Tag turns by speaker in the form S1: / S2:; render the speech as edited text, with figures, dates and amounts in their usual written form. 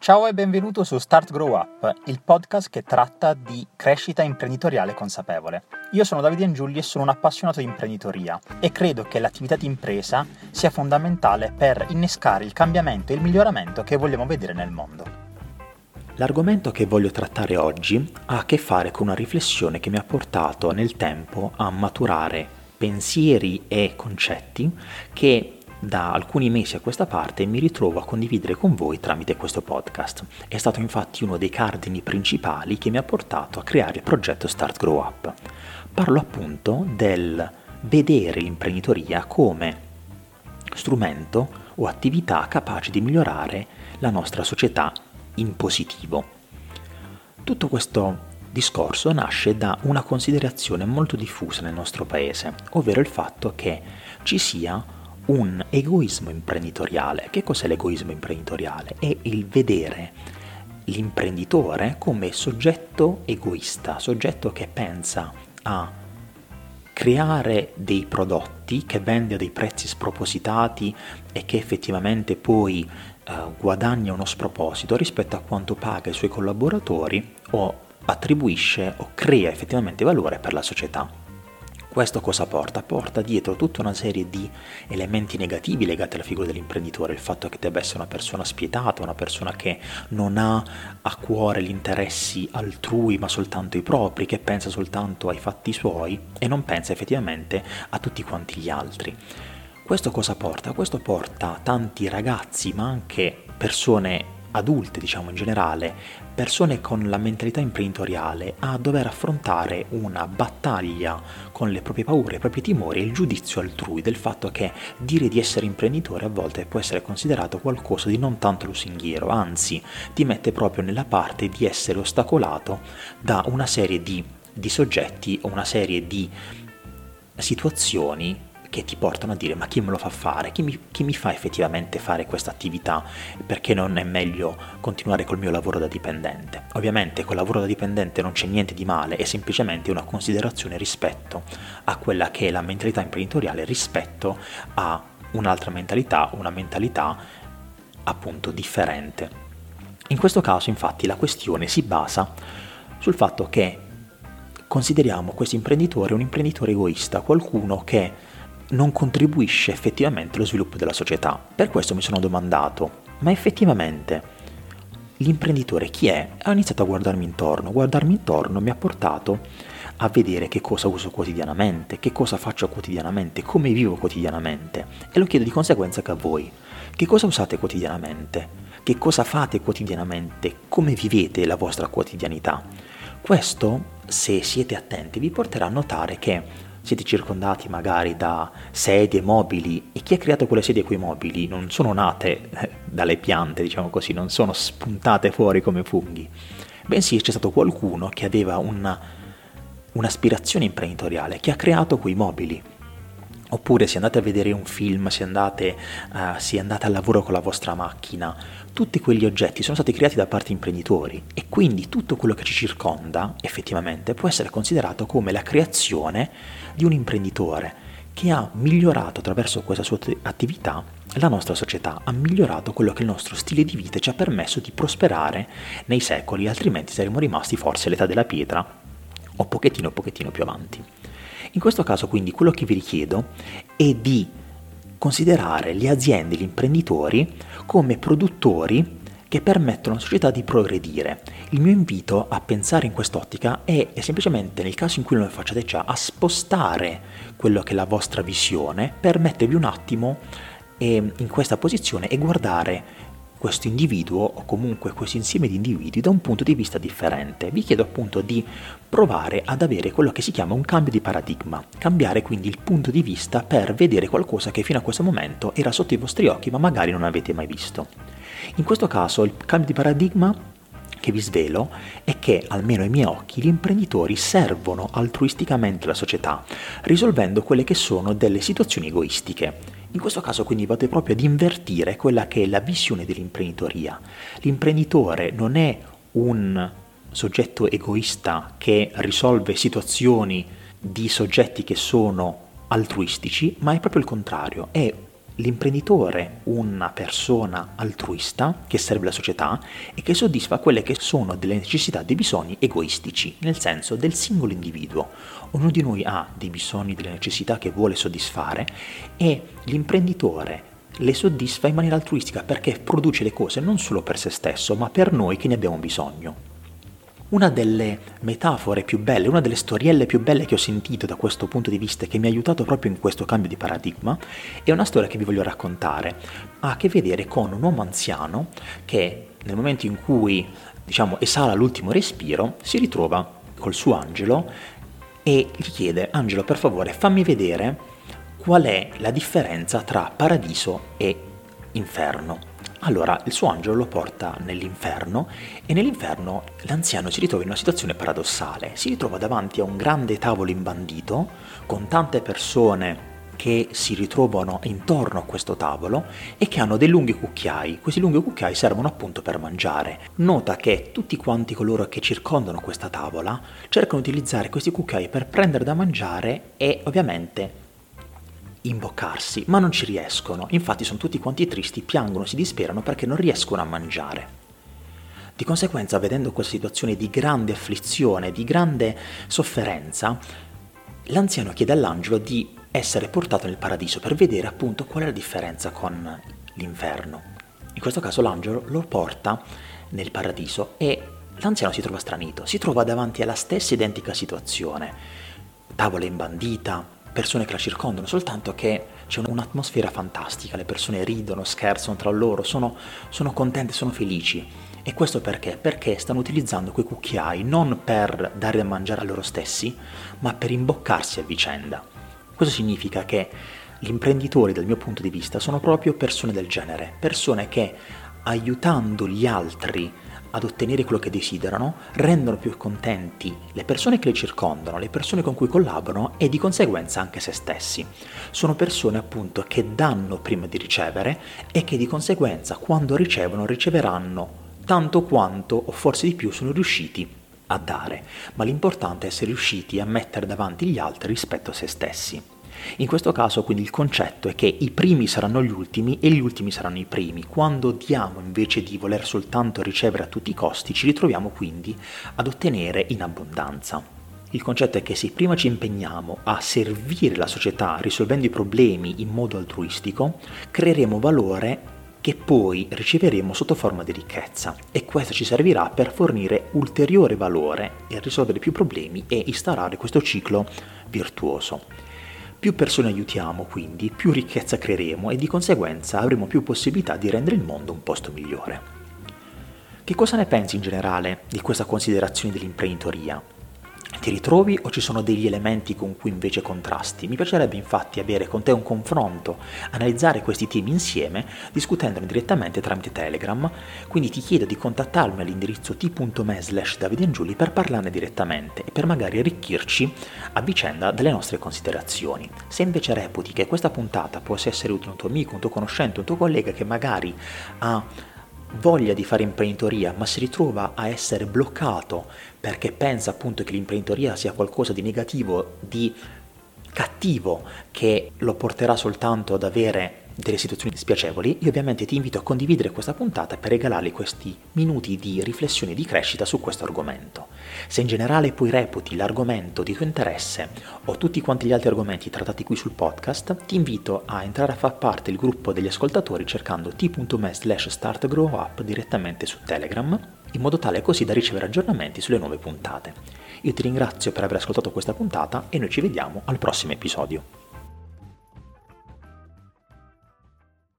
S1: Ciao e benvenuto su Start Grow Up, il podcast che tratta di crescita imprenditoriale consapevole. Io sono Davide Angiulli e sono un appassionato di imprenditoria e credo che l'attività di impresa sia fondamentale per innescare il cambiamento e il miglioramento che vogliamo vedere nel mondo.
S2: L'argomento che voglio trattare oggi ha a che fare con una riflessione che mi ha portato nel tempo a maturare pensieri e concetti che da alcuni mesi a questa parte mi ritrovo a condividere con voi tramite questo podcast. È stato infatti uno dei cardini principali che mi ha portato a creare il progetto Start Grow Up. Parlo appunto del vedere l'imprenditoria come strumento o attività capace di migliorare la nostra società in positivo. Tutto questo discorso nasce da una considerazione molto diffusa nel nostro paese, ovvero il fatto che ci sia un egoismo imprenditoriale. Che cos'è l'egoismo imprenditoriale? È il vedere l'imprenditore come soggetto egoista, soggetto che pensa a creare dei prodotti, che vende a dei prezzi spropositati e che effettivamente poi guadagna uno sproposito rispetto a quanto paga i suoi collaboratori o attribuisce o crea effettivamente valore per la società. Questo cosa porta? Porta dietro tutta una serie di elementi negativi legati alla figura dell'imprenditore, il fatto che debba essere una persona spietata, una persona che non ha a cuore gli interessi altrui ma soltanto i propri, che pensa soltanto ai fatti suoi e non pensa effettivamente a tutti quanti gli altri. Questo cosa porta? Questo porta tanti ragazzi, ma anche persone adulte, diciamo in generale, persone con la mentalità imprenditoriale, a dover affrontare una battaglia con le proprie paure, i propri timori e il giudizio altrui del fatto che dire di essere imprenditore a volte può essere considerato qualcosa di non tanto lusinghiero, anzi ti mette proprio nella parte di essere ostacolato da una serie di soggetti o una serie di situazioni che ti portano a dire: ma chi me lo fa fare? Chi mi fa effettivamente fare questa attività? Perché non è meglio continuare col mio lavoro da dipendente? Ovviamente col lavoro da dipendente non c'è niente di male, è semplicemente una considerazione rispetto a quella che è la mentalità imprenditoriale rispetto a un'altra mentalità, una mentalità appunto differente. In questo caso infatti la questione si basa sul fatto che consideriamo questo imprenditore un imprenditore egoista, qualcuno che non contribuisce effettivamente allo sviluppo della società. Per questo mi sono domandato: ma effettivamente l'imprenditore chi è? Ho iniziato a guardarmi intorno mi ha portato a vedere che cosa uso quotidianamente, che cosa faccio quotidianamente, come vivo quotidianamente, e lo chiedo di conseguenza anche a voi. Che cosa usate quotidianamente? Che cosa fate quotidianamente? Come vivete la vostra quotidianità? Questo, se siete attenti, vi porterà a notare che siete circondati magari da sedie, mobili, e chi ha creato quelle sedie e quei mobili non sono nate dalle piante, diciamo così, non sono spuntate fuori come funghi, bensì c'è stato qualcuno che aveva un'aspirazione imprenditoriale, che ha creato quei mobili. Oppure se andate a vedere un film, se andate al lavoro con la vostra macchina, tutti quegli oggetti sono stati creati da parte imprenditori e quindi tutto quello che ci circonda effettivamente può essere considerato come la creazione di un imprenditore che ha migliorato attraverso questa sua attività la nostra società, ha migliorato quello che è il nostro stile di vita e ci ha permesso di prosperare nei secoli, altrimenti saremmo rimasti forse all'età della pietra o pochettino più avanti. In questo caso quindi quello che vi richiedo è di considerare le aziende, gli imprenditori come produttori che permettono alla società di progredire. Il mio invito a pensare in quest'ottica è semplicemente, nel caso in cui non lo facciate già, a spostare quello che è la vostra visione per mettervi un attimo in questa posizione e guardare questo individuo o comunque questo insieme di individui da un punto di vista differente. Vi chiedo appunto di provare ad avere quello che si chiama un cambio di paradigma, cambiare quindi il punto di vista per vedere qualcosa che fino a questo momento era sotto i vostri occhi ma magari non avete mai visto. In questo caso il cambio di paradigma che vi svelo è che, almeno ai miei occhi, gli imprenditori servono altruisticamente la società, risolvendo quelle che sono delle situazioni egoistiche. In questo caso quindi vado proprio ad invertire quella che è la visione dell'imprenditoria. L'imprenditore non è un soggetto egoista che risolve situazioni di soggetti che sono altruistici, ma è proprio il contrario, è l'imprenditore una persona altruista che serve la società e che soddisfa quelle che sono delle necessità, dei bisogni egoistici, nel senso del singolo individuo. Ognuno di noi ha dei bisogni, delle necessità che vuole soddisfare e l'imprenditore le soddisfa in maniera altruistica perché produce le cose non solo per se stesso, ma per noi che ne abbiamo bisogno. Una delle metafore più belle, una delle storielle più belle che ho sentito da questo punto di vista e che mi ha aiutato proprio in questo cambio di paradigma è una storia che vi voglio raccontare. Ha a che vedere con un uomo anziano che nel momento in cui, esala l'ultimo respiro, si ritrova col suo angelo e gli chiede: angelo, per favore, fammi vedere qual è la differenza tra paradiso e inferno. Allora il suo angelo lo porta nell'inferno e nell'inferno l'anziano si ritrova in una situazione paradossale. Si ritrova davanti a un grande tavolo imbandito con tante persone che si ritrovano intorno a questo tavolo e che hanno dei lunghi cucchiai. Questi lunghi cucchiai servono appunto per mangiare. Nota che tutti quanti coloro che circondano questa tavola cercano di utilizzare questi cucchiai per prendere da mangiare e ovviamente imboccarsi, ma non ci riescono. Infatti sono tutti quanti tristi, piangono, si disperano perché non riescono a mangiare. Di conseguenza, vedendo questa situazione di grande afflizione, di grande sofferenza, l'anziano chiede all'angelo di essere portato nel paradiso per vedere appunto qual è la differenza con l'inferno. In questo caso l'angelo lo porta nel paradiso e l'anziano si trova stranito, si trova davanti alla stessa identica situazione, tavola imbandita, persone che la circondano, soltanto che c'è un'atmosfera fantastica, le persone ridono, scherzano tra loro, sono contente, sono felici. E questo perché? Perché stanno utilizzando quei cucchiai non per dare da mangiare a loro stessi, ma per imboccarsi a vicenda. Questo significa che gli imprenditori, dal mio punto di vista, sono proprio persone del genere, persone che aiutando gli altri ad ottenere quello che desiderano, rendono più contenti le persone che le circondano, le persone con cui collaborano e di conseguenza anche se stessi. Sono persone appunto che danno prima di ricevere e che di conseguenza quando ricevono riceveranno tanto quanto o forse di più sono riusciti a dare, ma l'importante è essere riusciti a mettere davanti gli altri rispetto a se stessi. In questo caso quindi il concetto è che i primi saranno gli ultimi e gli ultimi saranno i primi. Quando diamo invece di voler soltanto ricevere a tutti i costi, ci ritroviamo quindi ad ottenere in abbondanza. Il concetto è che se prima ci impegniamo a servire la società risolvendo i problemi in modo altruistico, creeremo valore che poi riceveremo sotto forma di ricchezza e questo ci servirà per fornire ulteriore valore e risolvere più problemi e instaurare questo ciclo virtuoso. Più persone aiutiamo quindi, più ricchezza creeremo e di conseguenza avremo più possibilità di rendere il mondo un posto migliore. Che cosa ne pensi in generale di questa considerazione dell'imprenditoria? Ti ritrovi o ci sono degli elementi con cui invece contrasti? Mi piacerebbe infatti avere con te un confronto, analizzare questi temi insieme, discutendone direttamente tramite Telegram, quindi ti chiedo di contattarmi all'indirizzo t.me/davidengiuli per parlarne direttamente e per magari arricchirci a vicenda delle nostre considerazioni. Se invece reputi che questa puntata possa essere utile a un tuo amico, un tuo conoscente, un tuo collega che magari ha voglia di fare imprenditoria ma si ritrova a essere bloccato perché pensa appunto che l'imprenditoria sia qualcosa di negativo, di cattivo, che lo porterà soltanto ad avere delle situazioni spiacevoli, io ovviamente ti invito a condividere questa puntata per regalargli questi minuti di riflessione e di crescita su questo argomento. Se in generale poi reputi l'argomento di tuo interesse o tutti quanti gli altri argomenti trattati qui sul podcast, ti invito a entrare a far parte del gruppo degli ascoltatori cercando t.me/startgrowup direttamente su Telegram, in modo tale così da ricevere aggiornamenti sulle nuove puntate. Io ti ringrazio per aver ascoltato questa puntata e noi ci vediamo al prossimo episodio.